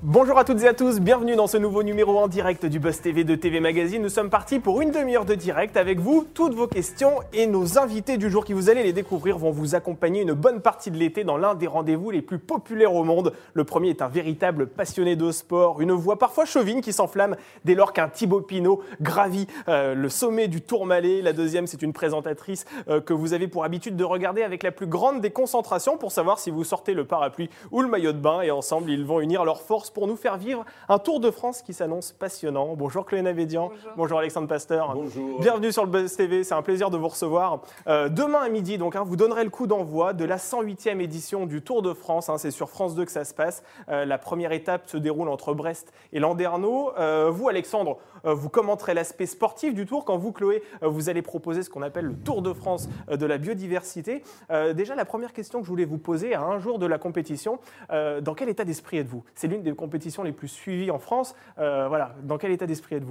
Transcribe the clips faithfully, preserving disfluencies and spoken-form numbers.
Bonjour à toutes et à tous, bienvenue dans ce nouveau numéro en direct du Buzz T V de T V Magazine. Nous sommes partis pour une demi-heure de direct avec vous, toutes vos questions et nos invités du jour qui, vous allez les découvrir, vont vous accompagner une bonne partie de l'été dans l'un des rendez-vous les plus populaires au monde. Le premier est un véritable passionné de sport, une voix parfois chauvine qui s'enflamme dès lors qu'un Thibaut Pinot gravit euh, le sommet du Tourmalet. La deuxième, c'est une présentatrice euh, que vous avez pour habitude de regarder avec la plus grande des concentrations pour savoir si vous sortez le parapluie ou le maillot de bain. Et ensemble, ils vont unir leurs forces pour nous faire vivre un Tour de France qui s'annonce passionnant. Bonjour Chloé Nabédian. Bonjour. Bonjour Alexandre Pasteur. Bonjour. Bienvenue sur le Buzz T V, c'est un plaisir de vous recevoir. Euh, demain à midi, donc, hein, vous donnerez le coup d'envoi de la cent huitième édition du Tour de France. Hein, c'est sur France deux que ça se passe. Euh, la première étape se déroule entre Brest et Landerneau. Euh, vous, Alexandre, euh, vous commenterez l'aspect sportif du Tour. Quand vous, Chloé, euh, vous allez proposer ce qu'on appelle le Tour de France euh, de la biodiversité. Euh, déjà, la première question que je voulais vous poser à un jour de la compétition, euh, dans quel état d'esprit êtes-vous ? C'est l'une des compétitions les plus suivies en France. Euh, voilà, dans quel état d'esprit êtes-vous ?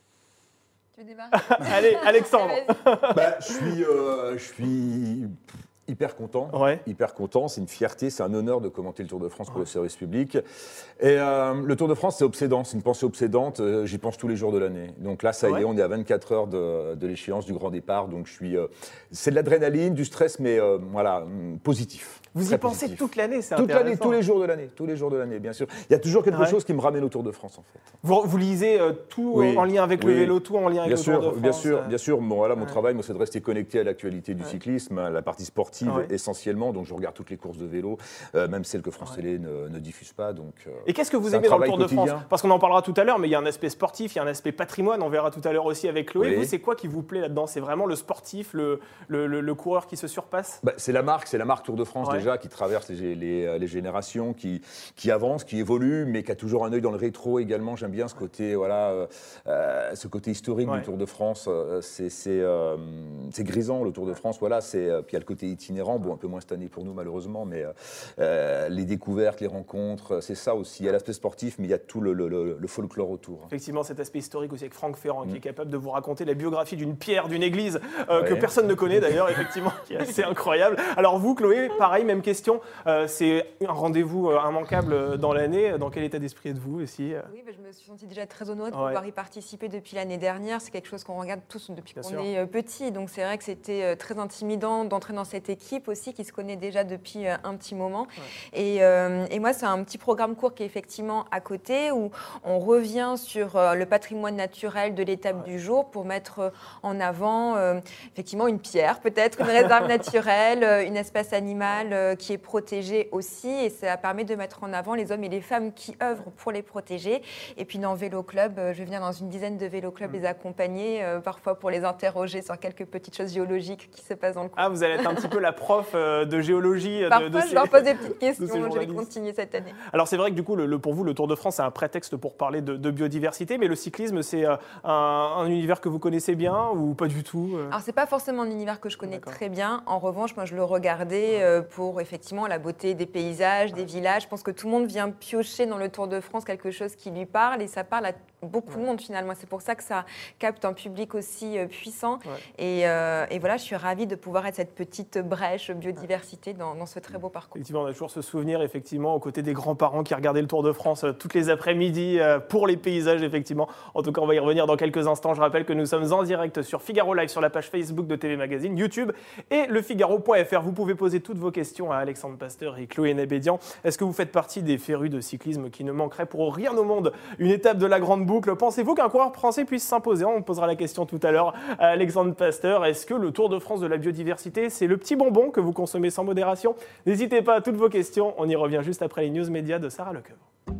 Tu veux démarrer ? Allez, Alexandre. bah, je suis, euh, je suis hyper content. Ouais. Hyper content. C'est une fierté, c'est un honneur de commenter le Tour de France pour ouais. le service public. Et euh, le Tour de France, c'est obsédant, c'est une pensée obsédante. Euh, j'y pense tous les jours de l'année. Donc là, ça ouais. y est, on est à vingt-quatre heures de, de l'échéance du grand départ. Donc je suis, euh, c'est de l'adrénaline, du stress, mais euh, voilà, positif. Vous y pensez positif. Toute l'année, c'est toute intéressant. L'année, tous les jours de l'année, tous les jours de l'année, bien sûr. Il y a toujours quelque ouais. chose qui me ramène au Tour de France, en fait. Vous, vous lisez euh, tout oui. en lien avec oui. le vélo, tout en lien avec bien le sûr, Tour de France. Bien sûr, euh... bien sûr. Bon, voilà, mon ouais. travail, moi, c'est de rester connecté à l'actualité du ouais. cyclisme, à la partie sportive ouais. essentiellement. Donc, je regarde toutes les courses de vélo, euh, même celles que France ouais. Télé ne, ne diffuse pas. Donc, euh, et qu'est-ce que vous aimez dans le Tour quotidien. de France ? Parce qu'on en parlera tout à l'heure, mais il y a un aspect sportif, il y a un aspect patrimoine. On verra tout à l'heure aussi avec Chloé. Oui. Vous, c'est quoi qui vous plaît là-dedans ? C'est vraiment le sportif, le, le, le, le coureur qui se surpasse ? bah, C'est la marque, c'est la marque Tour de France ouais. déjà qui traverse les, les, les générations, qui, qui avance, qui évolue, mais qui a toujours un œil dans le rétro également. J'aime bien ce côté, voilà, euh, ce côté historique ouais. du Tour de France. C'est, c'est, euh, c'est grisant le Tour de France. Voilà, c'est, puis il y a le côté itinérant, bon, un peu moins cette année pour nous malheureusement, mais euh, les découvertes, les rencontres, c'est ça aussi. Il y a l'aspect sportif, mais il y a tout le, le, le, le folklore autour. Effectivement, cet aspect historique aussi avec Franck Ferrand, mmh. qui est capable de vous raconter la biographie d'une pierre, d'une église euh, ouais. que personne ne connaît d'ailleurs, effectivement, qui est assez incroyable. Alors vous, Chloé, pareil, même question. Euh, c'est un rendez-vous euh, immanquable dans l'année. Dans quel état d'esprit êtes-vous aussi ? Oui, bah, je me suis sentie déjà très honorée de ouais. pouvoir y participer depuis l'année dernière. C'est quelque chose qu'on regarde tous depuis Bien qu'on sûr. est petit. Donc c'est vrai que c'était très intimidant d'entrer dans cette équipe aussi qui se connaît déjà depuis un petit moment. Ouais. Et, euh, et moi, c'est un petit programme court qui est effectivement à côté où on revient sur le patrimoine naturel de l'étape ouais. du jour pour mettre en avant euh, effectivement une pierre, peut-être une réserve naturelle, une espèce animale euh, qui est protégée aussi. Et ça permet de mettre en avant les hommes et les femmes qui œuvrent pour les protéger. Et puis dans Vélo Club, je viens dans une dizaine de Vélo Club mmh. les accompagner, euh, parfois pour les interroger sur quelques petites choses géologiques qui se passent dans le coin. Ah, vous allez être un petit peu la prof euh, de géologie. Parfois, de, de je ces, leur pose des petites questions. Je vais continuer cette année. Alors c'est vrai que du coup, le, le, pour vous, le Tour de France, c'est un prétexte pour parler de, de biodiversité, mais le cyclisme, c'est euh, un, un univers que vous connaissez bien ou pas du tout euh... Alors c'est pas forcément un univers que je connais D'accord. très bien. En revanche, moi, je le regardais euh, pour effectivement la beauté des paysages, des villages. Je pense que tout le monde vient piocher dans le Tour de France quelque chose qui lui parle et ça parle à beaucoup de monde finalement. C'est pour ça que ça capte un public aussi euh, puissant. Ouais. Et, euh, et voilà, je suis ravie de pouvoir être cette petite brèche biodiversité dans, dans ce très beau parcours. Effectivement, on a toujours ce souvenir effectivement aux côtés des grands-parents qui regardaient le Tour de France euh, toutes les après-midi euh, pour les paysages effectivement. En tout cas, on va y revenir dans quelques instants. Je rappelle que nous sommes en direct sur Figaro Live, sur la page Facebook de T V Magazine, YouTube et le Figaro point F R. Vous pouvez poser toutes vos questions à Alexandre Pasteur et Chloé Nabédian. Est-ce que vous faites partie des férus de cyclisme qui ne manqueraient pour rien au monde une étape de la Grande Boucle ? Pensez-vous qu'un coureur français puisse s'imposer ? On posera la question tout à l'heure à Alexandre Pasteur. Est-ce que le Tour de France de la biodiversité, c'est le petit bonbon que vous consommez sans modération ? N'hésitez pas à toutes vos questions. On y revient juste après les news médias de Sarah Lecoeuvre.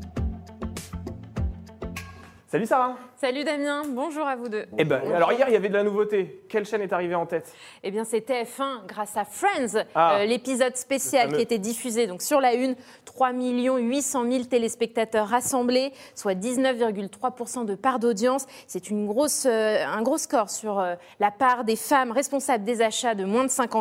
Salut Sarah. Salut Damien, bonjour à vous deux. Eh ben, alors hier, il y avait de la nouveauté. Quelle chaîne est arrivée en tête ? Eh bien, c'est T F un grâce à Friends, ah, euh, l'épisode spécial qui était diffusé donc, sur la une. trois millions huit cent mille téléspectateurs rassemblés, soit dix-neuf virgule trois pour cent de part d'audience. C'est une grosse, euh, un gros score sur euh, la part des femmes responsables des achats de moins de cinquante ans.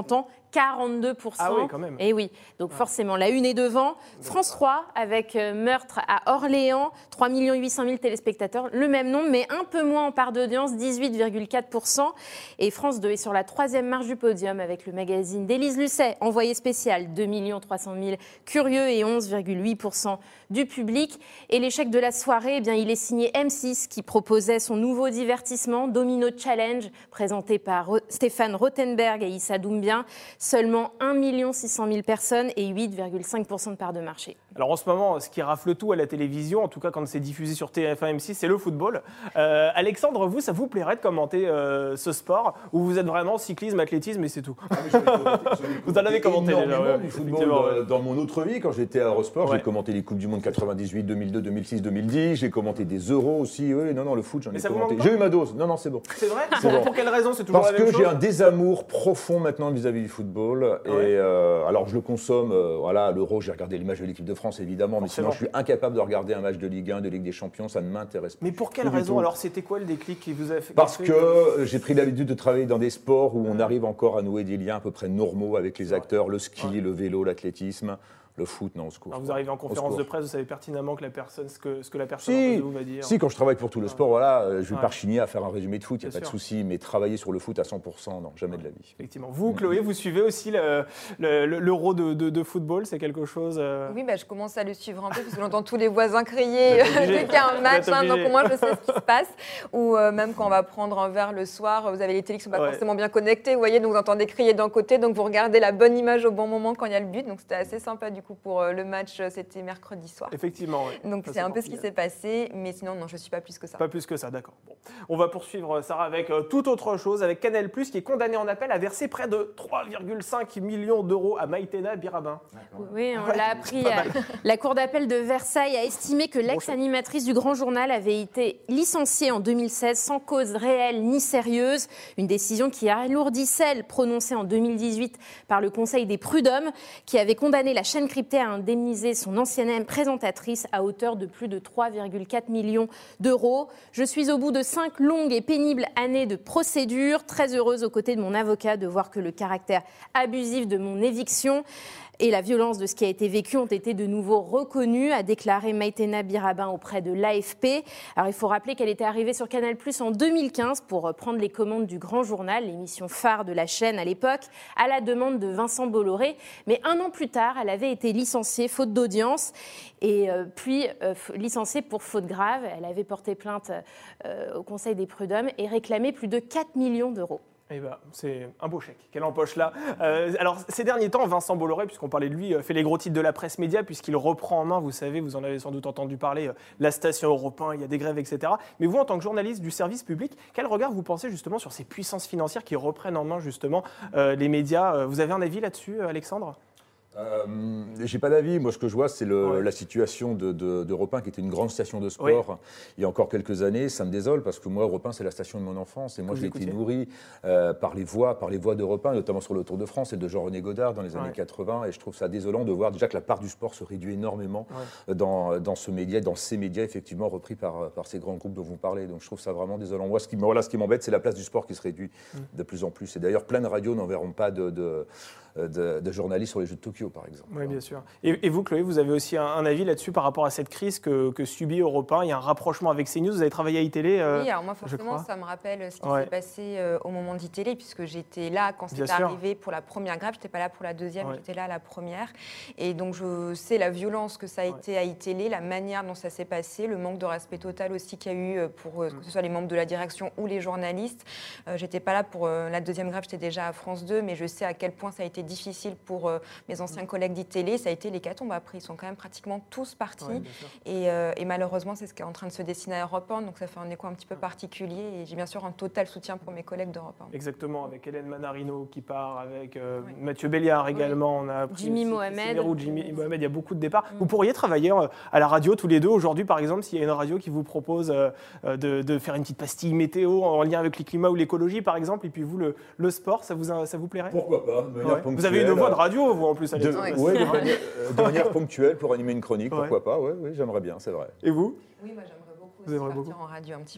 quarante-deux pour cent. Ah oui, quand même. Et oui, donc ouais. forcément, la une est devant. France trois, avec euh, meurtre à Orléans, trois millions huit cent mille téléspectateurs, le même nombre, mais un peu moins en part d'audience, dix-huit virgule quatre pour cent. Et France deux est sur la troisième marche du podium avec le magazine d'Élise Lucet, envoyé spécial, deux millions trois cent mille curieux et onze virgule huit pour cent du public. Et l'échec de la soirée, eh bien, il est signé M six qui proposait son nouveau divertissement, Domino Challenge, présenté par Stéphane Rothenberg et Issa Doumbia. Seulement un million six cent mille personnes et huit virgule cinq pour cent de part de marché. Alors en ce moment, ce qui rafle tout à la télévision, en tout cas quand c'est diffusé sur T F un M six, c'est le football. Euh, Alexandre, vous, ça vous plairait de commenter euh, ce sport ou vous êtes vraiment cyclisme, athlétisme et c'est tout? Ah, j'en ai commenté, j'en ai Vous en avez commenté déjà, ouais, du football dans, dans mon autre vie. Quand j'étais à Eurosport, ouais. j'ai commenté les Coupes du Monde quatre-vingt-dix-huit, deux mille deux, deux mille six, deux mille dix. J'ai commenté des Euros aussi. Oui, non, non, le foot, j'en ai commenté. J'ai eu ma dose. Non, non, c'est bon. C'est vrai c'est bon. Pour quelle raison? C'est toujours Parce la même que chose. j'ai un désamour profond maintenant vis-à-vis du football. Ouais. Et euh, alors, je le consomme. Euh, voilà, l'Euro, j'ai regardé les matchs de l'équipe de France, évidemment. Mais sinon, je suis incapable de regarder un match de Ligue un, de Ligue des Champions. Ça ne m'intéresse pas. Mais pour quelle raison? Alors, c'était quoi le déclic qui vous a fait? Parce que j'ai pris l'habitude de travailler dans des sports où on arrive encore à nouer des liens à peu près normaux avec les acteurs, le ski, ouais. le vélo, l'athlétisme. Le foot, non, au secours. Alors vous arrivez en conférence de presse, vous savez pertinemment que la personne, ce que, ce que la personne si, vous va dire. Si, quand je travaille pour tout le sport, voilà, je vais ouais. pas rechigner à faire un résumé de foot, il n'y a Bien pas sûr. de souci, mais travailler sur le foot à cent pour cent, non, jamais ouais. de la vie. Effectivement. Vous, Chloé, vous suivez aussi le, le, le, l'Euro de, de, de football, c'est quelque chose euh... Oui, bah, je commence à le suivre un peu, parce que j'entends tous les voisins crier dès qu'il y a un match, hein, donc au moins je sais ce qui se passe. Ou euh, même quand on va prendre un verre le soir, vous avez les télés qui ne sont pas ouais. forcément bien connectées, vous voyez, donc vous entendez crier d'un côté, donc vous regardez la bonne image au bon moment quand il y a le but, donc c'était assez sympa du coup pour euh, le match, c'était mercredi. Soir. Effectivement, oui. Donc ça, c'est un peu ce qui s'est passé, mais sinon, non, je ne suis pas plus que ça. Pas plus que ça, d'accord. Bon. On va poursuivre, Sarah, avec euh, toute autre chose, avec Canal plus, qui est condamné en appel à verser près de trois virgule cinq millions d'euros à Maïtena Birabin. Oui, on l'a appris. La Cour d'appel de Versailles a estimé que l'ex-animatrice du Grand Journal avait été licenciée en deux mille seize sans cause réelle ni sérieuse. Une décision qui alourdit celle prononcée en deux mille dix-huit par le Conseil des prud'hommes, qui avait condamné la chaîne cryptée à indemniser son ancienne présentatrice à hauteur de plus de trois virgule quatre millions d'euros. Je suis au bout de cinq longues et pénibles années de procédure, très heureuse aux côtés de mon avocat de voir que le caractère abusif de mon éviction et la violence de ce qui a été vécu ont été de nouveau reconnus, a déclaré Maïtena Birabin auprès de l'A F P. Alors il faut rappeler qu'elle était arrivée sur Canal plus en deux mille quinze pour prendre les commandes du Grand Journal, l'émission phare de la chaîne à l'époque, à la demande de Vincent Bolloré. Mais un an plus tard, elle avait été licenciée faute d'audience et euh, puis euh, licenciée pour faute grave. Elle avait porté plainte euh, au Conseil des prud'hommes et réclamé plus de quatre millions d'euros. Eh ben, c'est un beau chèque qu'elle empoche là. Euh, alors, ces derniers temps, Vincent Bolloré, puisqu'on parlait de lui, fait les gros titres de la presse média, puisqu'il reprend en main, vous savez, vous en avez sans doute entendu parler, la station Europe un, il y a des grèves, et cetera. Mais vous, en tant que journaliste du service public, quel regard vous pensez justement sur ces puissances financières qui reprennent en main justement euh, les médias? Vous avez un avis là-dessus, Alexandre? Euh, j'ai pas d'avis. Moi, ce que je vois, c'est le, ouais. la situation de, de, d'Europe un, qui était une grande station de sport oui. il y a encore quelques années. Ça me désole parce que moi, Europe un, c'est la station de mon enfance et moi, j'ai été nourri euh, par les voix, par les voix d'Europe un, notamment sur le Tour de France et de Jean-René Godard dans les années ouais. quatre-vingts. Et je trouve ça désolant de voir déjà que la part du sport se réduit énormément ouais. dans, dans ce média, dans ces médias effectivement repris par, par ces grands groupes dont vous parlez. Donc, je trouve ça vraiment désolant. Moi, ce qui, voilà, ce qui m'embête, c'est la place du sport qui se réduit mmh. de plus en plus. Et d'ailleurs, plein de radios n'enverront pas de, de De, de journalistes sur les Jeux de Tokyo, par exemple. Oui, bien sûr. Et, et vous, Chloé, vous avez aussi un, un avis là-dessus par rapport à cette crise que, que subit Europe un. Il y a un rapprochement avec CNews. Vous avez travaillé à iTélé euh, Oui, alors moi, forcément, ça me rappelle ce qui ouais. s'est passé euh, au moment d'iTélé, puisque j'étais là quand c'est arrivé pour la première grève. Je n'étais pas là pour la deuxième, ouais. j'étais là à la première. Et donc, je sais la violence que ça a ouais. été à iTélé, la manière dont ça s'est passé, le manque de respect total aussi qu'il y a eu pour euh, mm. que ce soit les membres de la direction ou les journalistes. Euh, je n'étais pas là pour euh, la deuxième grève, j'étais déjà à France deux, mais je sais à quel point ça a été difficile pour euh, mes anciens collègues d'ITélé, ça a été l'hécatombe. Après, ils sont quand même pratiquement tous partis. Ouais, et, euh, et malheureusement, c'est ce qui est en train de se dessiner à Europe un. Donc, ça fait un écho un petit peu particulier. Et j'ai bien sûr un total soutien pour mes collègues d'Europe un. Exactement, avec Hélène Manarino qui part, avec euh, oui. Mathieu Béliard également. Oui. On a appris Jimmy Mohamed. Ou Jimmy Mohamed, il y a beaucoup de départs. Mm. Vous pourriez travailler euh, à la radio tous les deux aujourd'hui, par exemple, s'il y a une radio qui vous propose euh, de, de faire une petite pastille météo en lien avec le climat ou l'écologie, par exemple, et puis vous, le, le sport, ça vous, ça vous plairait? Pourquoi pas? Ouais. Vous avez une voix de radio, vous, en plus, de, ouais. Oui, de, manière, de manière ponctuelle pour animer une chronique, pourquoi ouais. pas, oui, ouais, j'aimerais bien, c'est vrai. Et vous? Oui, moi j'aimerais beaucoup aussi partir beaucoup. en radio un petit peu.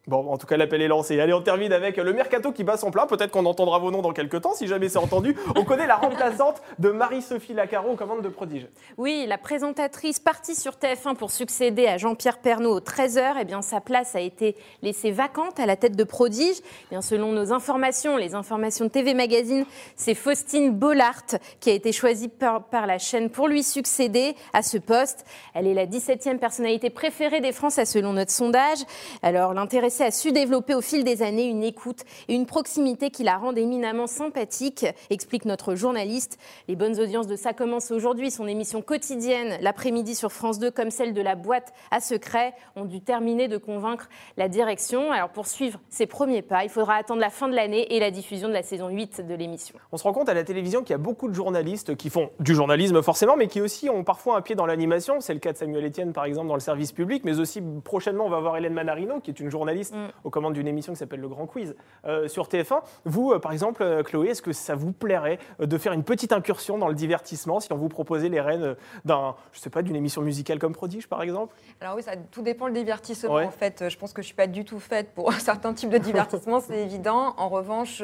Bon, en tout cas, l'appel est lancé. Allez, on termine avec le mercato qui bat son plein. Peut-être qu'on entendra vos noms dans quelques temps, si jamais c'est entendu. On connaît la remplaçante de Marie-Sophie Lacaro aux commandes de Prodige. Oui, la présentatrice partie sur T F un pour succéder à Jean-Pierre Pernaut aux treize heures. Eh bien, sa place a été laissée vacante à la tête de Prodige. Eh bien, selon nos informations, les informations de T V Magazine, c'est Faustine Bollard qui a été choisie par, par la chaîne pour lui succéder à ce poste. Elle est la dix-septième personnalité préférée des Français selon notre sondage. Alors, l'intérêt a su développer au fil des années une écoute et une proximité qui la rendent éminemment sympathique, explique notre journaliste. Les bonnes audiences de Ça commence aujourd'hui, son émission quotidienne l'après-midi sur France deux, comme celle de la boîte à secrets, ont dû terminer de convaincre la direction. Alors pour suivre ses premiers pas, il faudra attendre la fin de l'année et la diffusion de la saison huit de l'émission. On se rend compte à la télévision qu'il y a beaucoup de journalistes qui font du journalisme forcément, mais qui aussi ont parfois un pied dans l'animation. C'est le cas de Samuel Etienne par exemple dans le service public, mais aussi prochainement on va voir Hélène Manarino qui est une journaliste Mm. aux commandes d'une émission qui s'appelle Le Grand Quiz euh, sur T F un. Vous, euh, par exemple, euh, Chloé, est-ce que ça vous plairait euh, de faire une petite incursion dans le divertissement si on vous proposait les rênes d'un, je sais pas, d'une émission musicale comme Prodige, par exemple? Alors oui, ça tout dépend le divertissement. Ouais. En fait, je pense que je suis pas du tout faite pour certains types de divertissement, c'est évident. En revanche,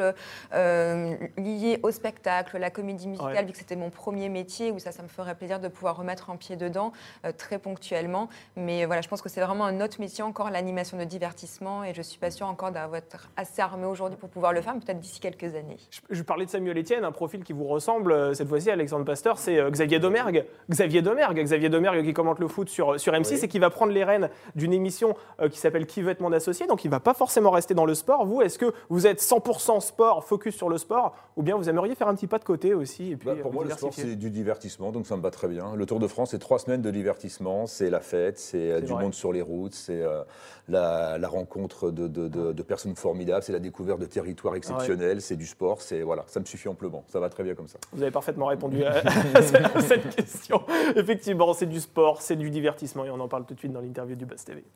euh, lié au spectacle, la comédie musicale, ouais. vu que c'était mon premier métier, où ça, ça me ferait plaisir de pouvoir remettre un pied dedans euh, très ponctuellement. Mais voilà, je pense que c'est vraiment un autre métier encore, l'animation de divertissement. Et je ne suis pas sûre encore d'avoir être assez armée aujourd'hui pour pouvoir le faire, mais peut-être d'ici quelques années. Je, je parlais de Samuel Etienne, un profil qui vous ressemble, cette fois-ci, Alexandre Pasteur, c'est euh, Xavier Domergue. Xavier Domergue, Xavier Domergue qui commente le foot sur, sur M six oui. et qui va prendre les rênes d'une émission euh, qui s'appelle Qui veut être mon associé, donc il ne va pas forcément rester dans le sport. Vous, est-ce que vous êtes cent pour cent sport, focus sur le sport, ou bien vous aimeriez faire un petit pas de côté aussi et puis, bah, Pour euh, moi, le sport, c'est du divertissement, donc ça me va très bien. Le Tour de France, c'est trois semaines de divertissement, c'est la fête, c'est euh, du vrai. monde sur les routes, c'est euh, la, la rencontre de, de, de, de personnes formidables, c'est la découverte de territoires exceptionnels, ouais. c'est du sport, c'est voilà, ça me suffit amplement, ça va très bien comme ça. Vous avez parfaitement répondu à, à cette question. Effectivement, c'est du sport, c'est du divertissement et on en parle tout de suite dans l'interview du Buzz T V.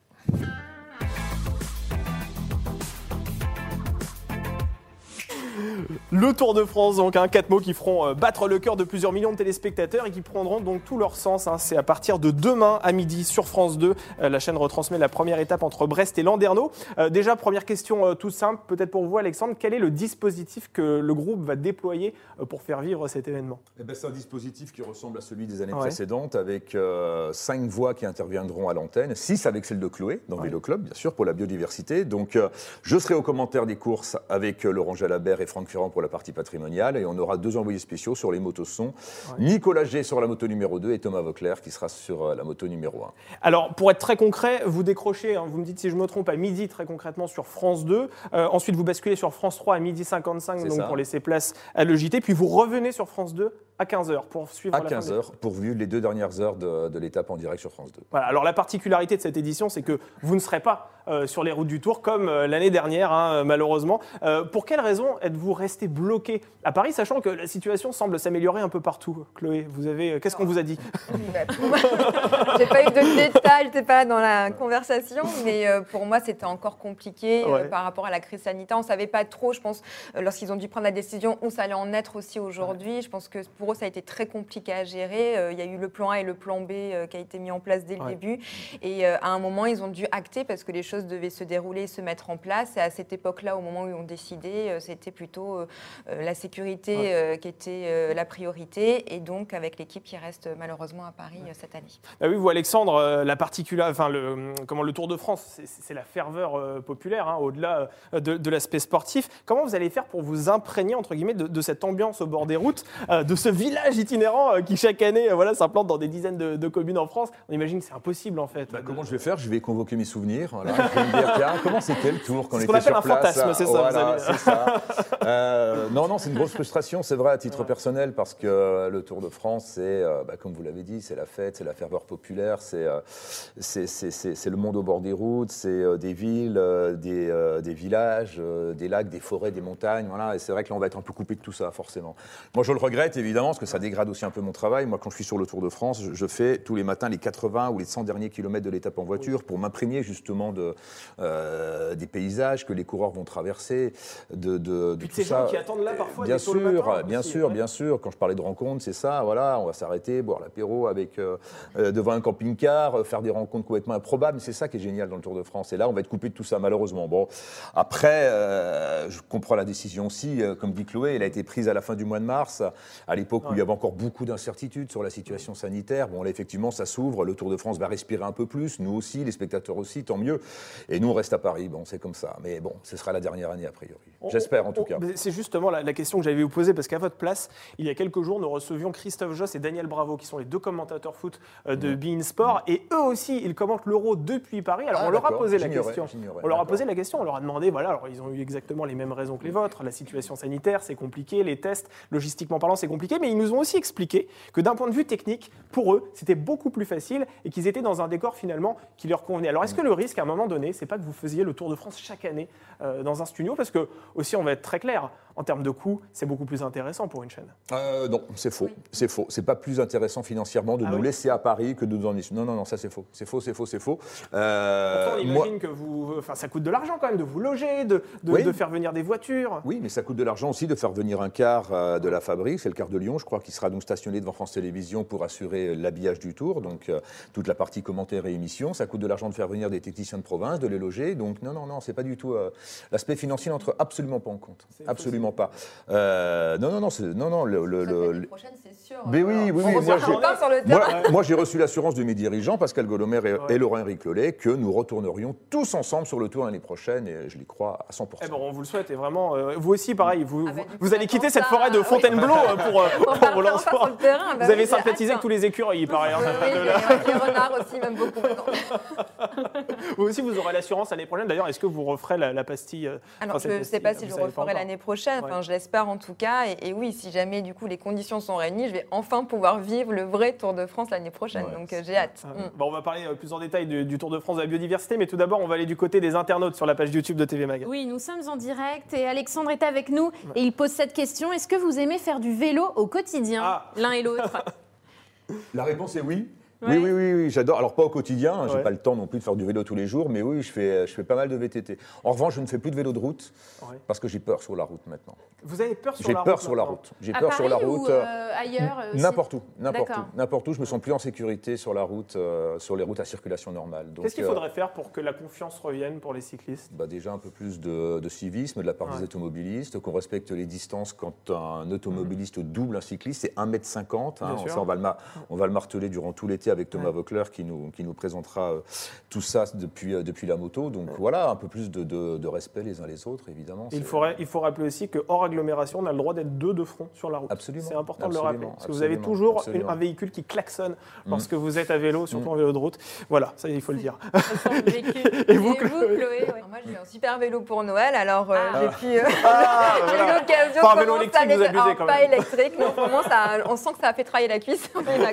Le Tour de France, donc, hein, quatre mots qui feront euh, battre le cœur de plusieurs millions de téléspectateurs et qui prendront donc tout leur sens. Hein. C'est à partir de demain à midi sur France deux. Euh, la chaîne retransmet la première étape entre Brest et Landerneau. Euh, déjà, première question euh, toute simple, peut-être pour vous, Alexandre. Quel est le dispositif que le groupe va déployer euh, pour faire vivre cet événement ? Eh ben, c'est un dispositif qui ressemble à celui des années ouais. précédentes, avec euh, cinq voix qui interviendront à l'antenne, six avec celle de Chloé, dans ouais. Vélo Club, bien sûr, pour la biodiversité. Donc, euh, je serai au commentaire des courses avec euh, Laurent Jalabert et Franck Ferrand pour la partie patrimoniale, et on aura deux envoyés spéciaux sur les motos son, ouais. Nicolas G sur la moto numéro deux et Thomas Vauclair qui sera sur la moto numéro un. Alors, pour être très concret, vous décrochez, hein, vous me dites si je me trompe, à midi très concrètement sur France deux, euh, ensuite vous basculez sur France trois à midi cinquante-cinq donc pour laisser place à le J T, puis vous revenez sur France deux à quinze heures pour suivre à la quinze heures pour vivre les deux dernières heures de, de l'étape en direct sur France deux. Voilà, alors la particularité de cette édition, c'est que vous ne serez pas euh, sur les routes du Tour comme euh, l'année dernière, hein, malheureusement. Euh, pour quelles raisons êtes-vous resté bloqué à Paris, sachant que la situation semble s'améliorer un peu partout? Chloé, vous avez, qu'est-ce qu'on vous a dit? J'ai pas eu de détails, j'étais pas là dans la conversation, mais euh, pour moi c'était encore compliqué ouais. euh, par rapport à la crise sanitaire. On savait pas trop, je pense, euh, lorsqu'ils ont dû prendre la décision où ça allait en être aussi aujourd'hui. Ouais. Je pense que pour eux ça a été très compliqué à gérer. Euh, il y a eu le plan A et le plan B euh, qui a été mis en place dès le ouais. début, et euh, à un moment ils ont dû acter parce que les choses devaient se dérouler, se mettre en place. Et à cette époque-là, au moment où ils ont décidé, euh, c'était plutôt euh, la sécurité ouais. euh, qui était euh, la priorité, et donc avec l'équipe qui reste malheureusement à Paris ouais. euh, cette année. Ah oui, vous Alexandre, euh, la particularité, enfin le comment le Tour de France, c'est, c'est la ferveur euh, populaire, hein, au-delà euh, de, de l'aspect sportif. Comment vous allez faire pour vous imprégner entre guillemets de, de cette ambiance au bord des routes, euh, de ce village itinérant euh, qui chaque année euh, voilà s'implante dans des dizaines de, de communes en France? On imagine que c'est impossible en fait. Bah, de... Comment je vais faire? Je vais convoquer mes souvenirs. Voilà, je vais me dire, tiens, comment c'était le Tour quand on était sur place? C'est ce qu'on appelle un fantasme, c'est ça. Voilà, vous allez... c'est ça. Euh, non, non, c'est une grosse frustration, c'est vrai, à titre ouais. personnel, parce que le Tour de France, c'est, euh, bah, comme vous l'avez dit, c'est la fête, c'est la ferveur populaire, c'est, euh, c'est, c'est, c'est, c'est le monde au bord des routes, c'est euh, des villes, euh, des, euh, des villages, euh, des lacs, des forêts, des montagnes, voilà. Et c'est vrai que là, on va être un peu coupé de tout ça, forcément. Moi, je le regrette, évidemment. évidemment, parce que ça dégrade aussi un peu mon travail. Moi, quand je suis sur le Tour de France, je, je fais tous les matins les quatre-vingts ou les cent derniers kilomètres de l'étape en voiture oui. pour m'imprégner justement de, euh, des paysages que les coureurs vont traverser, de, de, de tout ces ça. gens qui attendent là parfois bien des sûr, tôt le matin bien aussi, sûr, ouais. bien sûr. Quand je parlais de rencontres, c'est ça. Voilà, on va s'arrêter, boire l'apéro avec euh, euh, devant un camping-car, euh, faire des rencontres complètement improbables. C'est ça qui est génial dans le Tour de France. Et là, on va être coupé de tout ça, malheureusement. Bon, après, euh, je comprends la décision aussi. Euh, comme dit Chloé, elle a été prise à la fin du mois de mars, à l'époque ouais. où il y avait encore beaucoup d'incertitudes sur la situation sanitaire. Bon, là, effectivement, ça s'ouvre. Le Tour de France va respirer un peu plus. Nous aussi, les spectateurs aussi, tant mieux. Et nous, on reste à Paris. Bon, c'est comme ça. Mais bon, ce sera la dernière année, a priori. J'espère, en tout cas. C'est justement la, la question que j'avais vous poser, parce qu'à votre place, il y a quelques jours, nous recevions Christophe Josse et Daniel Bravo, qui sont les deux commentateurs foot de mmh. beIN Sport. Mmh. Et eux aussi, ils commentent l'Euro depuis Paris. Alors, ah, on leur a posé la question. On leur a posé la question. On leur a demandé, voilà, alors ils ont eu exactement les mêmes raisons que les vôtres. La situation sanitaire, c'est compliqué. Les tests, logistiquement parlant, c'est compliqué. Mais ils nous ont aussi expliqué que d'un point de vue technique, pour eux, c'était beaucoup plus facile et qu'ils étaient dans un décor finalement qui leur convenait. Alors, est-ce que le risque, à un moment donné, c'est pas que vous faisiez le Tour de France chaque année euh, dans un studio? Parce que, aussi, on va être très clair, en termes de coûts, c'est beaucoup plus intéressant pour une chaîne. Euh, non, c'est faux. Oui. C'est faux. C'est pas plus intéressant financièrement de ah nous oui. laisser à Paris que de nous emmener. Non, non, non, ça c'est faux. C'est faux, c'est faux, c'est faux. Euh, Pourtant, on imagine moi... que vous, enfin, ça coûte de l'argent quand même de vous loger, de, de, oui. de faire venir des voitures. Oui, mais ça coûte de l'argent aussi de faire venir un car euh, de la fabrique. C'est le car de Lyon, je crois, qui sera donc stationné devant France Télévisions pour assurer l'habillage du Tour, donc euh, toute la partie commentaires et émissions. Ça coûte de l'argent de faire venir des techniciens de province, de les loger. Donc non, non, non, c'est pas du tout euh, l'aspect financier n'entre absolument pas en compte. Absolument pas. Euh, non, non, non, c'est, non, non. Le, le, le, l'année prochaine, c'est sûr. Mais oui, oui, oui. Moi, j'ai, pas sur le moi, moi, j'ai reçu l'assurance de mes dirigeants, Pascal Golomer et, ouais. et Laurent-Éric Lelay, que nous retournerions tous ensemble sur le Tour l'année prochaine, et je l'y crois à cent pour cent. Eh ben, on vous le souhaite, et vraiment, euh, vous aussi, pareil, vous, ah ben, vous, vous allez quitter cette forêt de Fontainebleau oui. pour, euh, pour Roland Sport. Terrain, bah vous avez oui, sympathisé avec tous les écureuils, il paraît. Oui, les renards aussi, même beaucoup. Vous aussi, vous aurez l'assurance l'année prochaine. D'ailleurs, est-ce que vous referez la, la pastille Alors, je ne sais pas si je referai l'année prochaine, enfin, je l'espère en tout cas. Et, et oui, si jamais du coup les conditions sont réunies, je vais enfin pouvoir vivre le vrai Tour de France l'année prochaine. Ouais. Donc euh, j'ai hâte. Ah, mm. bon, on va parler plus en détail du, du Tour de France de la biodiversité, mais tout d'abord, on va aller du côté des internautes sur la page YouTube de T V Mag. Oui, nous sommes en direct et Alexandre est avec nous ouais. et il pose cette question. Est-ce que vous aimez faire du vélo au quotidien, ah. l'un et l'autre? La réponse est oui. Oui, oui, oui, oui, j'adore. Alors, pas au quotidien, hein, ouais. j'ai pas le temps non plus de faire du vélo tous les jours, mais oui, je fais, je fais pas mal de V T T. En revanche, je ne fais plus de vélo de route ouais. parce que j'ai peur sur la route maintenant. Vous avez peur sur j'ai la peur route sur la route. J'ai à peur Paris sur la route. Ou euh, ailleurs N'importe où, n'importe où, n'importe où. Je me sens plus en sécurité sur la route, euh, sur les routes à circulation normale. Donc, qu'est-ce qu'il faudrait euh, faire pour que la confiance revienne pour les cyclistes? Bah déjà un peu plus de, de civisme de la part ouais. des automobilistes, qu'on respecte les distances. Quand un automobiliste mmh. double un cycliste, c'est un mètre cinquante. Hein, ça, on va le ma- on va le marteler durant tout l'été avec Thomas ouais. Voeckler qui nous, qui nous présentera euh, tout ça depuis, euh, depuis la moto. Donc ouais. voilà, un peu plus de, de, de respect les uns les autres, évidemment. Il, faudrait, il faut rappeler aussi que hors agglomération, on a le droit d'être deux de front sur la route. Absolument. C'est important absolument, de le rappeler. Parce que vous avez toujours une, un véhicule qui klaxonne lorsque mmh. vous êtes à vélo, surtout mmh. en vélo de route. Voilà, ça il faut le dire. Et vous, Chloé, Chloé ouais. Moi, j'ai un super vélo pour Noël, alors euh, ah. j'ai pu... Euh, ah, j'ai voilà. eu l'occasion pas un vélo électrique, vous abusez quand même. Pas électrique, mais vraiment, ça, on sent que ça a fait travailler la cuisse.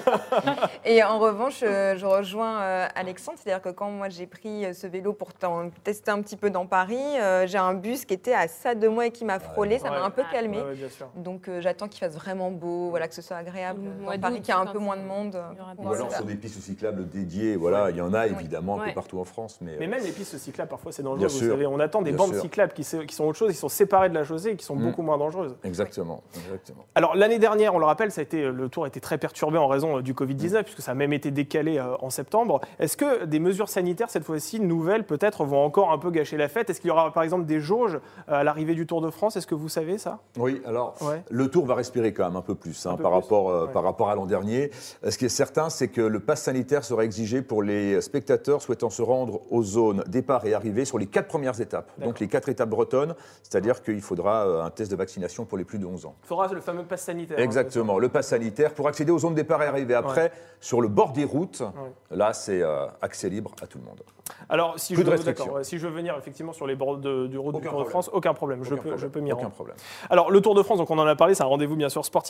Et en revanche, je rejoins euh, Alexandre, c'est-à-dire que quand moi j'ai pris ce vélo pour tester un petit peu dans Paris, euh, j'ai un bus qui était à ça de moi et qui m'a frôlé, ouais, ça ouais, m'a un peu calmé. Ouais, ouais, donc euh, j'attends qu'il fasse vraiment beau, voilà, que ce soit agréable. Dans Paris, qu'il y a un peu moins de monde. Ou alors sur des pistes cyclables dédiées, voilà, ouais. il y en a évidemment ouais. un peu partout en France. Mais, mais même les pistes cyclables, parfois c'est dangereux, vous savez, on attend des bandes cyclables qui, qui sont autre chose, qui sont séparées de la chaussée et qui sont mmh. beaucoup moins dangereuses. Exactement, exactement. Alors l'année dernière, on le rappelle, ça a été, le Tour a été très perturbé en raison du covid dix-neuf, mmh. puisque ça a même été décalé euh, en septembre. Est-ce que des mesures sanitaires, cette fois-ci, nouvelles, peut-être, vont encore un peu gâcher la fête? Est-ce qu'il y aura par exemple des jauges à l'arrivée du Tour de France? Est-ce que vous savez ça? Oui, alors ouais. le Tour va respirer quand même un peu plus, hein, un peu par, plus. Rapport, euh, ouais. par rapport à l'an dernier. Ce qui est certain, c'est que le pass sanitaire sera exigé pour les spectateurs souhaitant se rendre aux zones départ et arrivée sur les quatre premières étapes. D'accord. Donc les quatre étapes bretonnes, c'est-à-dire qu'il faudra un test de vaccination pour les plus de onze ans. Il faudra le fameux pass sanitaire. Exactement, hein, le pass sanitaire pour accéder aux zones départ et arrivée. Après, ouais. sur le bord des routes, ouais. là c'est euh, accès libre à tout le monde. Alors, si je, veux, ouais, si je veux venir effectivement sur les bords de, du Tour de France, aucun problème, aucun je, peux, problème. je peux m'y aucun rendre. Problème. Alors, le Tour de France, donc on en a parlé, c'est un rendez-vous bien sûr sportif, mais c'est aussi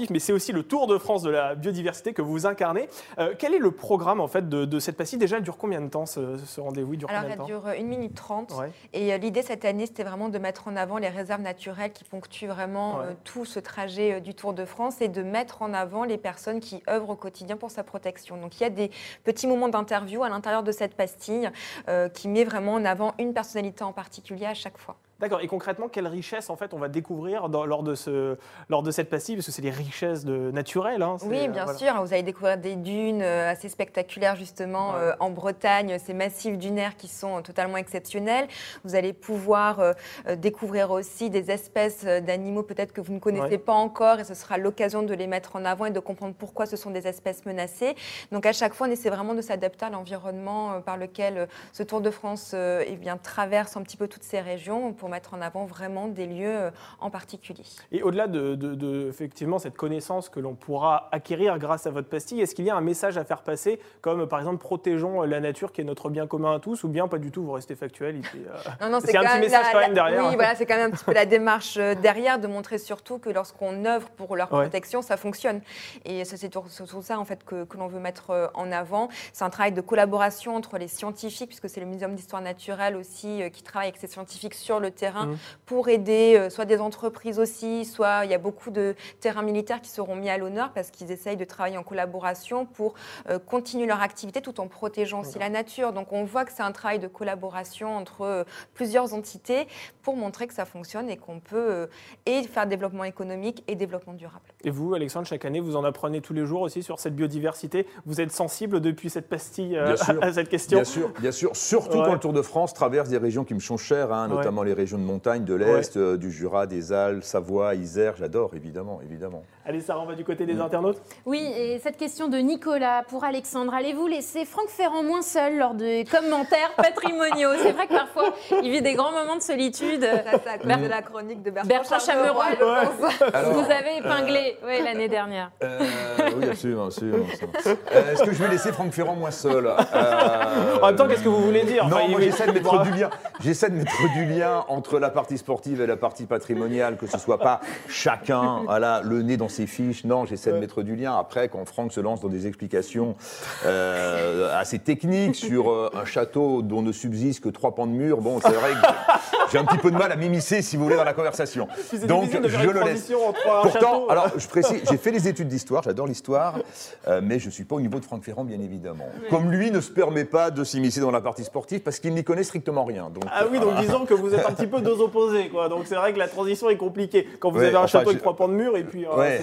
aussi le Tour de France de la biodiversité que vous incarnez. Euh, quel est le programme en fait de, de cette pastille? Déjà, elle dure combien de temps ce, ce rendez-vous? Il dure Alors, combien de elle temps dure une minute trente. Ouais. Et euh, l'idée cette année, c'était vraiment de mettre en avant les réserves naturelles qui ponctuent vraiment ouais. euh, tout ce trajet euh, du Tour de France et de mettre en avant les personnes qui œuvrent au quotidien pour sa protection. Donc, il y a des petits moments d'interview à l'intérieur de cette pastille euh, qui met vraiment en avant une personnalité en particulier à chaque fois. D'accord. Et concrètement, quelle richesse en fait on va découvrir dans, lors, de ce, lors de cette pastille? Parce que c'est des richesses de, naturelles. Hein, oui, bien euh, voilà. sûr. Vous allez découvrir des dunes euh, assez spectaculaires justement ouais. euh, en Bretagne, ces massifs dunaires qui sont totalement exceptionnels. Vous allez pouvoir euh, découvrir aussi des espèces d'animaux peut-être que vous ne connaissez ouais. pas encore et ce sera l'occasion de les mettre en avant et de comprendre pourquoi ce sont des espèces menacées. Donc à chaque fois, on essaie vraiment de s'adapter à l'environnement euh, par lequel euh, ce Tour de France euh, eh bien, traverse un petit peu toutes ces régions pour mettre en avant vraiment des lieux en particulier. Et au-delà de, de, de effectivement, cette connaissance que l'on pourra acquérir grâce à votre pastille, est-ce qu'il y a un message à faire passer, comme par exemple protégeons la nature qui est notre bien commun à tous, ou bien pas du tout, vous restez factuel et puis, euh, non, non, c'est un petit message la, quand même la, derrière. Oui, voilà, c'est quand même un petit peu la démarche derrière, de montrer surtout que lorsqu'on œuvre pour leur ouais. protection, ça fonctionne. Et c'est tout ça en fait, que, que l'on veut mettre en avant. C'est un travail de collaboration entre les scientifiques, puisque c'est le Muséum d'histoire naturelle aussi qui travaille avec ces scientifiques sur le terrain mmh. pour aider euh, soit des entreprises aussi, soit il y a beaucoup de terrains militaires qui seront mis à l'honneur parce qu'ils essayent de travailler en collaboration pour euh, continuer leur activité tout en protégeant aussi la nature. Donc on voit que c'est un travail de collaboration entre euh, plusieurs entités pour montrer que ça fonctionne et qu'on peut euh, et faire développement économique et développement durable. Et vous, Alexandre, chaque année, vous en apprenez tous les jours aussi sur cette biodiversité. Vous êtes sensible depuis cette pastille euh, à, à cette question? Bien sûr, bien sûr. Surtout ouais. quand le Tour de France traverse des régions qui me sont chères, hein, notamment ouais. les régions de montagne de l'Est, ouais. euh, du Jura, des Alpes, Savoie, Isère. J'adore, évidemment, évidemment. Allez, Sarah, on va du côté des mmh. internautes. Oui, et cette question de Nicolas pour Alexandre. Allez-vous laisser Franck Ferrand moins seul lors des commentaires patrimoniaux? C'est vrai que parfois, il vit des grands moments de solitude. Ça, c'est à cause mmh. de la chronique de Bertrand, Bertrand Chameroy. Ouais. Alors, vous avez épinglé euh, oui, l'année dernière. Euh, oui, absolument. absolument, absolument. Euh, Est-ce que je vais laisser Franck Ferrand moins seul euh, En même temps, qu'est-ce que vous voulez dire? Non, enfin, moi, j'essaie de mettre du lien. J'essaie de mettre du lien entre la partie sportive et la partie patrimoniale, que ce ne soit pas chacun voilà, le nez dans ses fiches. Non, j'essaie ouais. de mettre du lien. Après, quand Franck se lance dans des explications euh, assez techniques sur euh, un château dont ne subsistent que trois pans de mur, bon, c'est vrai que j'ai un petit peu de mal à m'immiscer, si vous voulez, dans la conversation. Donc, je le laisse. Pourtant, alors, je précise, j'ai fait les études d'histoire, j'adore l'histoire, euh, mais je ne suis pas au niveau de Franck Ferrand, bien évidemment. Ouais. Comme lui ne se permet pas de s'immiscer dans la partie sportive parce qu'il n'y connaît strictement rien. Donc, ah oui, donc euh, disons que vous êtes un petit peu deux opposés, quoi. Donc c'est vrai que la transition est compliquée. Quand vous ouais, avez un enfin, château je... avec trois pans de mur et puis... Euh, ouais.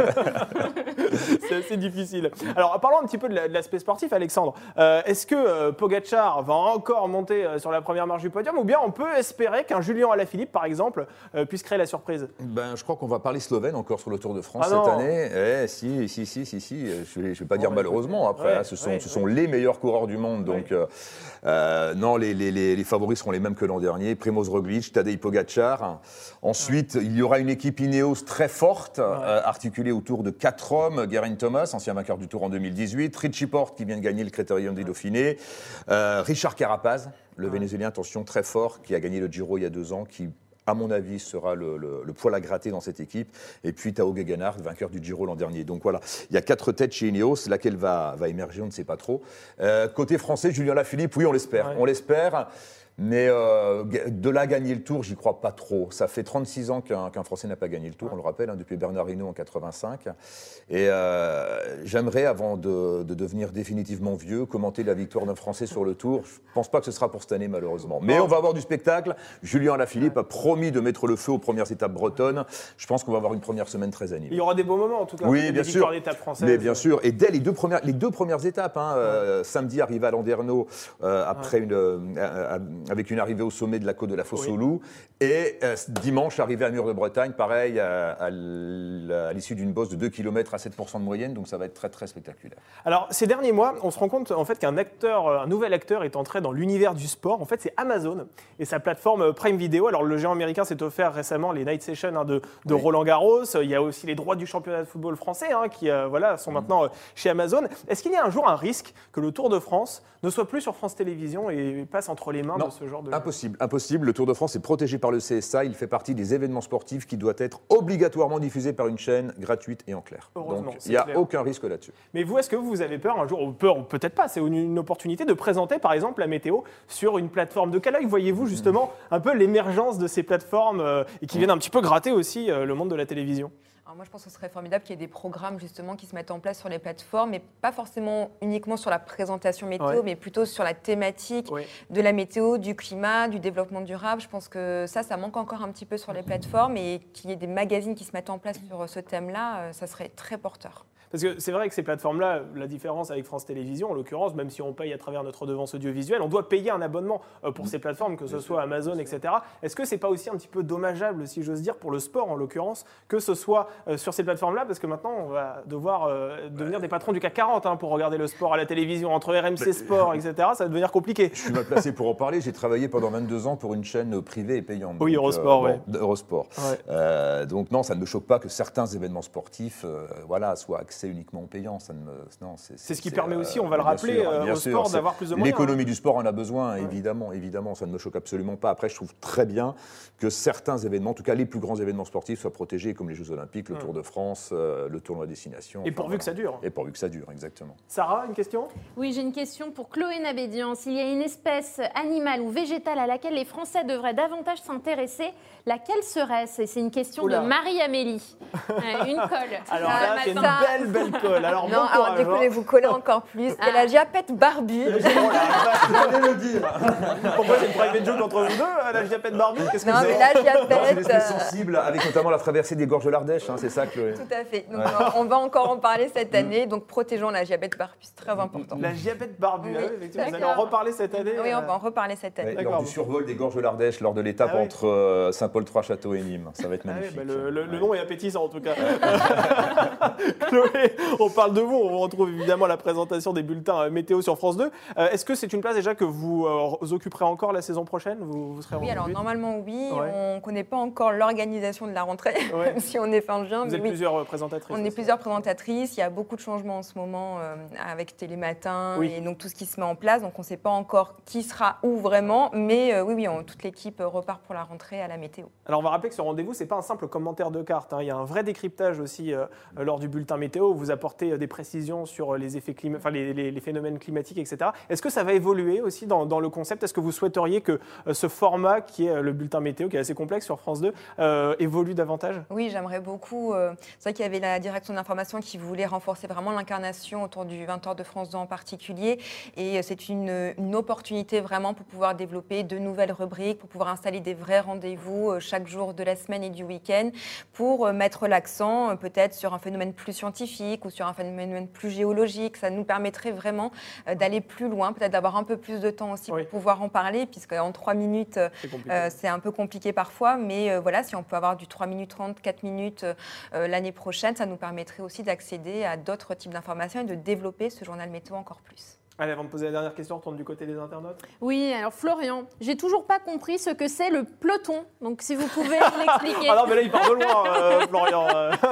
C'est assez difficile. Alors, parlons un petit peu de l'aspect sportif, Alexandre. Euh, Est-ce que euh, Pogacar va encore monter euh, sur la première marche du podium, ou bien on peut espérer qu'un Julien Alaphilippe, par exemple, euh, puisse créer la surprise? Ben, je crois qu'on va parler slovène encore sur le Tour de France ah cette non. année. Eh, si, si, si, si, si. Je ne vais, vais pas oh, dire ouais, malheureusement. Après, ouais, hein, ce sont, ouais, ce sont ouais. les meilleurs coureurs du monde. Donc, ouais. euh, euh, non, les, les, les, les favoris seront les mêmes que l'an dernier. Primoz Roglic, Tadej Pogacar. Ensuite, ouais. il y aura une équipe Ineos très forte, ouais. euh, articulée autour de quatre hommes. Geraint Thomas, ancien vainqueur du Tour en deux mille dix-huit. Richie Porte, qui vient de gagner le Critérium des Dauphinés. Euh, Richard Carapaz, le ouais. Vénézuélien, attention, très fort, qui a gagné le Giro il y a deux ans, qui, à mon avis, sera le, le, le poil à gratter dans cette équipe. Et puis Tao Geoghegan, vainqueur du Giro l'an dernier. Donc voilà, il y a quatre têtes chez Ineos. Laquelle va, va émerger, on ne sait pas trop. Euh, côté français, Julien Alaphilippe, oui, on l'espère. Ouais. On l'espère. Mais euh, de là gagner le Tour, j'y crois pas trop. Ça fait trente-six ans qu'un qu'un Français n'a pas gagné le Tour, on le rappelle, hein, depuis Bernard Hinault en quatre-vingt-cinq. Et euh, j'aimerais, avant de, de devenir définitivement vieux, commenter la victoire d'un Français sur le Tour. Je pense pas que ce sera pour cette année, malheureusement. Mais on va avoir du spectacle. Julien Alaphilippe a promis de mettre le feu aux premières étapes bretonnes. Je pense qu'on va avoir une première semaine très animée. Il y aura des beaux moments, en tout cas. Oui, bien sûr. Mais bien euh... sûr. Et dès les deux premières, les deux premières étapes, hein, ouais. euh, samedi, arrivé à Landerneau, euh, après ouais. une... Euh, euh, avec une arrivée au sommet de la côte de la Fosse aux Loups. Et euh, dimanche, arrivé à Mur de Bretagne, pareil, à, à l'issue d'une bosse de deux kilomètres à sept pour cent de moyenne. Donc ça va être très, très spectaculaire. Alors, ces derniers mois, on se rend compte en fait, qu'un acteur, un nouvel acteur est entré dans l'univers du sport. En fait, c'est Amazon et sa plateforme Prime Video. Alors, le géant américain s'est offert récemment les Night Sessions hein, de, de oui. Roland Garros. Il y a aussi les droits du championnat de football français hein, qui euh, voilà, sont mmh. maintenant euh, chez Amazon. Est-ce qu'il y a un jour un risque que le Tour de France ne soit plus sur France Télévisions et passe entre les mains non. de ce ce genre de... Impossible, impossible. Le Tour de France est protégé par le C S A. Il fait partie des événements sportifs qui doivent être obligatoirement diffusés par une chaîne gratuite et en clair. Donc, il n'y a clair. aucun risque là-dessus. Mais vous, est-ce que vous avez peur un jour, ou peur, ou peut-être pas, c'est une, une opportunité de présenter, par exemple, la météo sur une plateforme? De quel œil voyez-vous, justement, un peu l'émergence de ces plateformes euh, et qui viennent un petit peu gratter aussi euh, le monde de la télévision? Alors moi, je pense que ce serait formidable qu'il y ait des programmes justement qui se mettent en place sur les plateformes, mais pas forcément uniquement sur la présentation météo, ouais. mais plutôt sur la thématique ouais. de la météo, du climat, du développement durable. Je pense que ça, ça manque encore un petit peu sur les plateformes, et qu'il y ait des magazines qui se mettent en place sur ce thème-là, ça serait très porteur. Parce que c'est vrai que ces plateformes-là, la différence avec France Télévisions, en l'occurrence, même si on paye à travers notre redevance audiovisuelle, on doit payer un abonnement pour ces plateformes, que ce soit Amazon, et cetera. Est-ce que c'est pas aussi un petit peu dommageable, si j'ose dire, pour le sport en l'occurrence, que ce soit sur ces plateformes-là? Parce que maintenant, on va devoir euh, devenir des patrons du C A C quarante hein, pour regarder le sport à la télévision, entre R M C Sport, et cetera. Ça va devenir compliqué. Je suis mal placé pour en parler. J'ai travaillé pendant vingt-deux ans pour une chaîne privée et payante. Oui, donc, Eurosport, euh, oui. Bon, Eurosport. Ouais. Euh, donc non, ça ne me choque pas que certains événements sportifs euh, voilà, soient accès uniquement payants. Ça ne me, non, c'est, c'est ce qui permet euh, aussi, on va le rappeler, sûr, euh, au sûr, sport d'avoir plus de moyens. L'économie hein. du sport en a besoin, ouais. évidemment, évidemment. Ça ne me choque absolument pas. Après, je trouve très bien que certains événements, en tout cas les plus grands événements sportifs, soient protégés, comme les Jeux Olympiques, le ouais. Tour de France, euh, le tournoi Destination. Et enfin, pourvu voilà. que ça dure. Et pourvu que ça dure, exactement. Sarah, une question? Oui, j'ai une question pour Chloé Nabédian. S'il y a une espèce animale ou végétale à laquelle les Français devraient davantage s'intéresser, laquelle serait-ce? Et c'est une question Oula. de Marie-Amélie. Une colle. Alors là, c'est une belle, belle colle. Alors, non, bon alors du coup, je vais vous coller encore plus. Ah. La Giapette barbue. J'allais le dire. Pourquoi c'est une private joke entre vous deux, la Giapette barbue? Qu'est-ce que non, c'est? mais la Giapette. C'est une espèce sensible, avec notamment la traversée des gorges de l'Ardèche, hein, c'est ça, Chloé? Tout à fait. Donc, ouais. on va encore en parler cette année. Donc, protégeons la Giapette barbue, c'est très important. La Giapette barbue, oui, oui, vous allez en reparler cette année? Oui, on va en reparler cette année. Ouais, lors du survol des gorges de l'Ardèche, lors de l'étape ah, oui. entre euh, Saint-Paul-Trois-Châteaux et Nîmes. Ça va être magnifique. Ah, oui, bah, le, le, ouais. le nom est appétissant, en tout cas. Chloé, on parle de vous. On vous retrouve évidemment à la présentation des bulletins météo sur France deux. Euh, est-ce que c'est une place déjà que vous, euh, vous occuperez encore la saison prochaine? vous, vous serez Oui, alors normalement oui. Ouais. On ne connaît pas encore l'organisation de la rentrée, ouais. même si on est fin juin. Vous êtes oui. plusieurs présentatrices. On est plusieurs présentatrices. Il y a beaucoup de changements en ce moment euh, avec Télématin oui. et donc tout ce qui se met en place. Donc on ne sait pas encore qui sera où vraiment. Mais euh, oui, oui, on, toute l'équipe repart pour la rentrée à la météo. Alors on va rappeler que ce rendez-vous, ce n'est pas un simple commentaire de carte. Hein. Il y a un vrai décryptage aussi euh, lors du bulletin météo. Où vous apportez des précisions sur les effets climat, enfin les, les, les phénomènes climatiques, et cetera. Est-ce que ça va évoluer aussi dans, dans le concept? Est-ce que vous souhaiteriez que euh, ce format, qui est le bulletin météo, qui est assez complexe sur France deux, euh, évolue davantage? Oui, j'aimerais beaucoup. Euh, c'est vrai qu'il y avait la direction de l'information qui voulait renforcer vraiment l'incarnation autour du vingt heures de France deux en particulier. Et c'est une, une opportunité vraiment pour pouvoir développer de nouvelles rubriques, pour pouvoir installer des vrais rendez-vous euh, chaque jour de la semaine et du week-end, pour euh, mettre l'accent euh, peut-être sur un phénomène plus scientifique ou sur un phénomène plus géologique. Ça nous permettrait vraiment euh, d'aller plus loin, peut-être d'avoir un peu plus de temps aussi oui. pour pouvoir en parler, puisqu'en trois minutes, c'est, euh, c'est un peu compliqué parfois. Mais euh, voilà, si on peut avoir du trois minutes trente, quatre minutes euh, l'année prochaine, ça nous permettrait aussi d'accéder à d'autres types d'informations et de développer ce journal météo encore plus. Allez, avant de poser la dernière question, on retourne du côté des internautes. Oui, alors Florian, j'ai toujours pas compris ce que c'est le peloton. Donc si vous pouvez l'expliquer. Ah non, mais là, il part de loin, euh, Florian.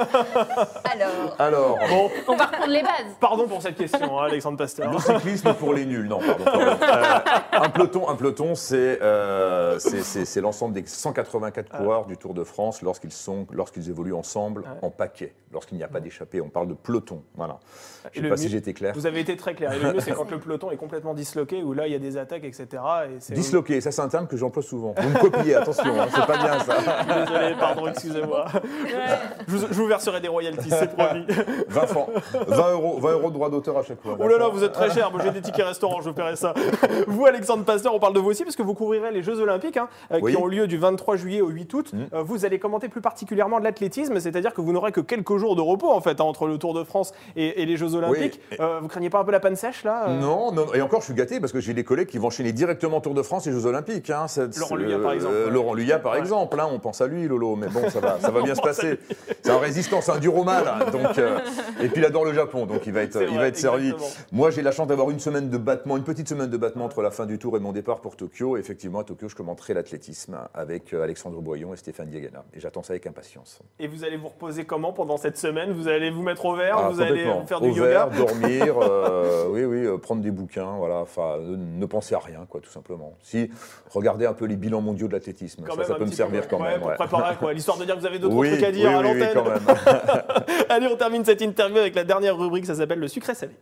Alors, alors bon. On va reprendre les bases. Pardon pour cette question, hein, Alexandre Pasteur. Le cyclisme pour les nuls, non, pardon. euh, un peloton, un peloton c'est, euh, c'est, c'est, c'est l'ensemble des cent quatre-vingt-quatre ah. coureurs du Tour de France lorsqu'ils, sont, lorsqu'ils évoluent ensemble ah. en paquet. Lorsqu'il n'y a pas d'échappée, on parle de peloton. Voilà. Je ne sais pas mieux, si j'étais clair. Vous avez été très clair. Et le mieux, c'est quand le peloton est complètement disloqué, où là, il y a des attaques, et cetera. Et c'est disloqué, ça c'est un terme que j'emploie souvent. Vous me copiez, attention, hein, c'est pas bien ça. Désolé, pardon, excusez-moi. Ouais. Je, vous, je vous verserai des royalties, c'est promis. vingt francs, vingt euros, vingt euros de droit d'auteur à chaque fois. Oh là là, vous êtes très cher. Moi, j'ai des tickets restaurants, je paierai ça. Vous, Alexandre Pasteur, on parle de vous aussi, parce que vous couvrirez les Jeux Olympiques, hein, oui. qui ont lieu du vingt-trois juillet au huit août. Mmh. Euh, vous allez commenter plus particulièrement de l'athlétisme, c'est-à-dire que vous n'aurez que quelques jours de repos, en fait, hein, entre le Tour de France et, et les Jeux Olympiques. Oui. Euh, vous craignez pas un peu la panne sèche, là euh... Non, non, et encore, je suis gâté, parce que j'ai des collègues qui vont enchaîner directement Tour de France et Jeux Olympiques. Hein. C'est, Laurent Luyat, par exemple. Euh, Laurent Luyat, par ouais. exemple. Hein, on pense à lui, Lolo, mais bon, ça va, ça va bien se passer. C'est un résistant, c'est un dur au mal. Donc, euh, et puis, il adore le Japon, donc il va être, il vrai, va être servi. Moi, j'ai la chance d'avoir une semaine de battement, une petite semaine de battement entre la fin du Tour et mon départ pour Tokyo. Et effectivement, à Tokyo, je commenterai l'athlétisme avec Alexandre Boyon et Stéphane Diagana. Et j'attends ça avec impatience. Et vous allez vous reposer comment pendant cette semaine? Vous allez vous mettre au vert? ah, Vous allez faire du au yoga vert, dormir, euh, oui, oui, prendre des bouquins, voilà, enfin, ne, ne pensez à rien, quoi, tout simplement. Si, regardez un peu les bilans mondiaux de l'athlétisme, ça, ça peut me servir peu, quand ouais, même. Pour ouais. préparer, quoi, l'histoire de dire que vous avez d'autres oui, trucs à dire oui, à oui, l'antenne. Oui, quand même. Allez, on termine cette interview avec la dernière rubrique, ça s'appelle le sucré salé.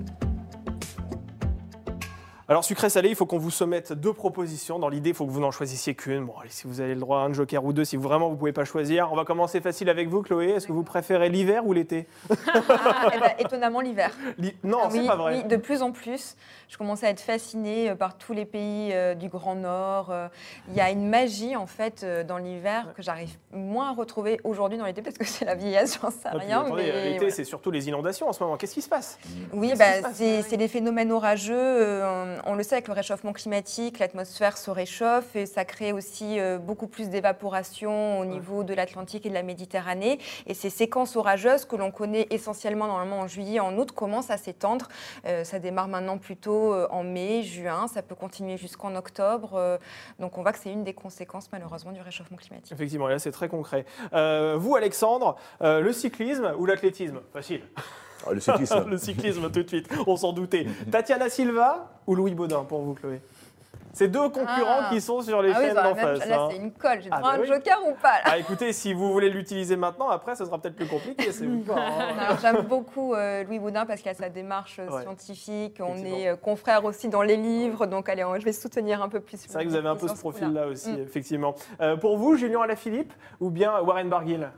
Alors, sucré-salé, il faut qu'on vous soumette deux propositions. Dans l'idée, il faut que vous n'en choisissiez qu'une. Bon, allez, si vous avez le droit à un joker ou deux, si vous, vraiment vous ne pouvez pas choisir. On va commencer facile avec vous, Chloé. Est-ce que vous préférez l'hiver ou l'été? ah, eh ben, Étonnamment, l'hiver. Non, ah, c'est oui, pas vrai. Oui, de plus en plus. Je commence à être fascinée par tous les pays euh, du Grand Nord. Il y a une magie, en fait, euh, dans l'hiver que j'arrive moins à retrouver aujourd'hui dans l'été, parce que c'est la vieillesse, j'en sais rien. Attendez, mais l'été, voilà. c'est surtout les inondations en ce moment. Qu'est-ce qui se passe? Oui, Qu'est-ce bah, qui se passe c'est c'est les phénomènes orageux. Euh, on le sait avec le réchauffement climatique, l'atmosphère se réchauffe et ça crée aussi euh, beaucoup plus d'évaporation au niveau de l'Atlantique et de la Méditerranée. Et ces séquences orageuses que l'on connaît essentiellement normalement en juillet, en août, commencent à s'étendre. Euh, ça démarre maintenant plutôt en mai, juin, ça peut continuer jusqu'en octobre. Euh, donc on voit que c'est une des conséquences malheureusement du réchauffement climatique. Effectivement, là c'est très concret. Euh, vous, Alexandre, euh, le cyclisme ou l'athlétisme? Facile. Ah, le cyclisme. Le cyclisme tout de suite, on s'en doutait. Tatiana Silva ou Louis Baudin pour vous, Chloé? C'est deux concurrents ah. qui sont sur les ah oui, chaînes bah, d'en même, face. Là, hein. c'est une colle. J'ai ah, droit à bah un oui. joker ou pas là. Ah, écoutez, si vous voulez l'utiliser maintenant, après, ce sera peut-être plus compliqué. C'est vous pas, hein. J'aime beaucoup euh, Louis Baudin parce qu'il a sa démarche euh, Ouais. scientifique. On est euh, confrères aussi dans les livres. Donc, allez, je vais soutenir un peu plus. C'est vrai que vous avez un peu ce profil-là aussi, Mm. effectivement. Euh, pour vous, Julien Alaphilippe ou bien Warren Barguil?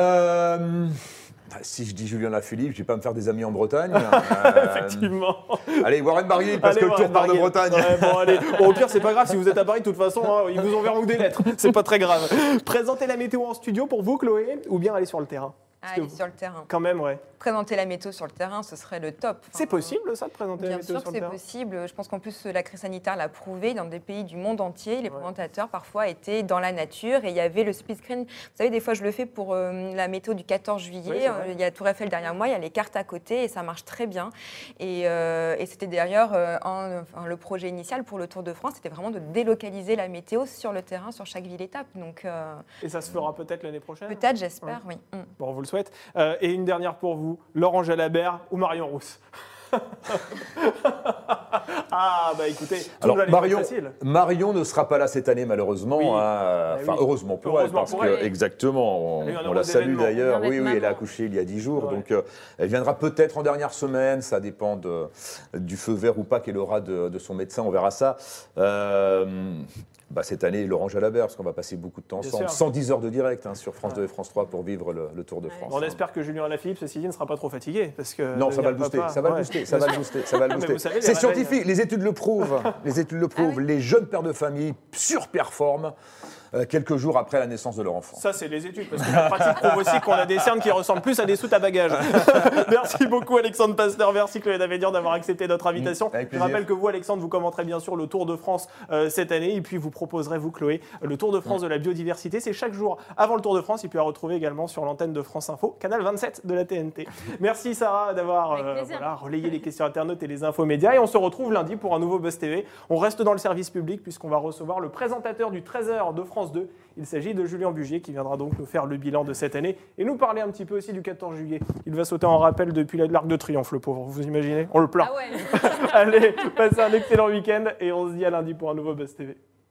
Euh, si je dis Julien Lafilippe, je ne vais pas me faire des amis en Bretagne. Euh, Effectivement. Allez, Warren Barguil, parce Allez, que le Warren Tour part de Barguil. Bretagne. Ouais, bon, allez. Bon, au pire, c'est pas grave. Si vous êtes à Paris, de toute façon, hein, ils vous enverront des lettres. C'est pas très grave. Présenter la météo en studio pour vous, Chloé, ou bien aller sur le terrain? Parce Aller que sur le terrain. Quand même, ouais. Présenter la météo sur le terrain, ce serait le top. Enfin, C'est possible, ça, de présenter la Bien météo sûr sur que le c'est terrain? possible. Je pense qu'en plus, la crise sanitaire l'a prouvé. Dans des pays du monde entier, les Ouais. présentateurs, parfois, étaient dans la nature. Et il y avait le speed screen. Vous savez, des fois, je le fais pour euh, la météo du quatorze juillet. Oui, c'est vrai. Euh, il y a Tour Eiffel derrière moi, il y a les cartes à côté et ça marche très bien. Et, euh, et c'était d'ailleurs euh, un- enfin, le projet initial pour le Tour de France, c'était vraiment de délocaliser la météo sur le terrain, sur chaque ville-étape. Donc, euh, Et ça se fera peut-être l'année prochaine? peut-être, j'espère, oui. Mm. Bon, on vous le souhaite. Euh, et une dernière pour vous, Laurent Jalabert ou Marion Rousse? Ah, bah écoutez, tout Alors, va aller Marion, facile. Marion ne sera pas là cette année, malheureusement. Oui. hein. Bah Enfin, oui. heureusement pour Heureusement elle, parce pour que, elle. exactement, on, Elle a eu un on heureux la salue événement. d'ailleurs. Elle vient Oui, oui, d'être elle a maman. accouché il y a dix jours. Ouais. Donc, euh, elle viendra peut-être en dernière semaine. Ça dépend de- du feu vert ou pas qu'elle aura de, de son médecin. On verra ça. Euh, bah, cette année, Laurent Jalabert, parce qu'on va passer beaucoup de temps Bien ensemble. sûr. cent dix heures de direct hein, sur France Ouais. deux et France trois pour vivre le, le Tour de Ouais. France. Bon, on hein. espère que Julien Alaphilippe, ceci dit, ne sera pas trop fatigué. Parce que Non, ça va le devenir booster, papa- ça va le Ouais, booster, ça bien va le sûr. booster, ça va le Ah, mais booster. vous savez, les C'est réveils- scientifique, les études le prouvent. Les études le prouvent. Ah oui. Les jeunes pères de famille surperforment euh, quelques jours après la naissance de leur enfant. Ça, c'est les études, parce que la pratique prouve aussi qu'on a des cernes qui ressemblent plus à des soutes à bagages. Merci beaucoup, Alexandre Pasteur. Merci, Chloé Davédian, d'avoir accepté notre invitation. Avec Je plaisir. rappelle que vous, Alexandre, vous commenterez bien sûr le Tour de France euh, cette année. Et puis, vous proposerez, vous, Chloé, le Tour de France de la biodiversité. C'est chaque jour avant le Tour de France. Il peut à retrouver également sur l'antenne de France Info, canal vingt-sept de la T N T. Merci, Sarah, d'avoir Avec euh, plaisir. voilà, relayé les questions internautes et les infos médias. Et on se retrouve lundi pour un nouveau Buzz T V. On reste dans le service public puisqu'on va recevoir le présentateur du treize heures de France deux. Il s'agit de Julien Bugier qui viendra donc nous faire le bilan de cette année et nous parler un petit peu aussi du quatorze juillet. Il va sauter en rappel depuis l'Arc de Triomphe, le pauvre. Vous imaginez? On le plaint. Ah ouais. Allez, passez un excellent week-end et on se dit à lundi pour un nouveau Buzz T V.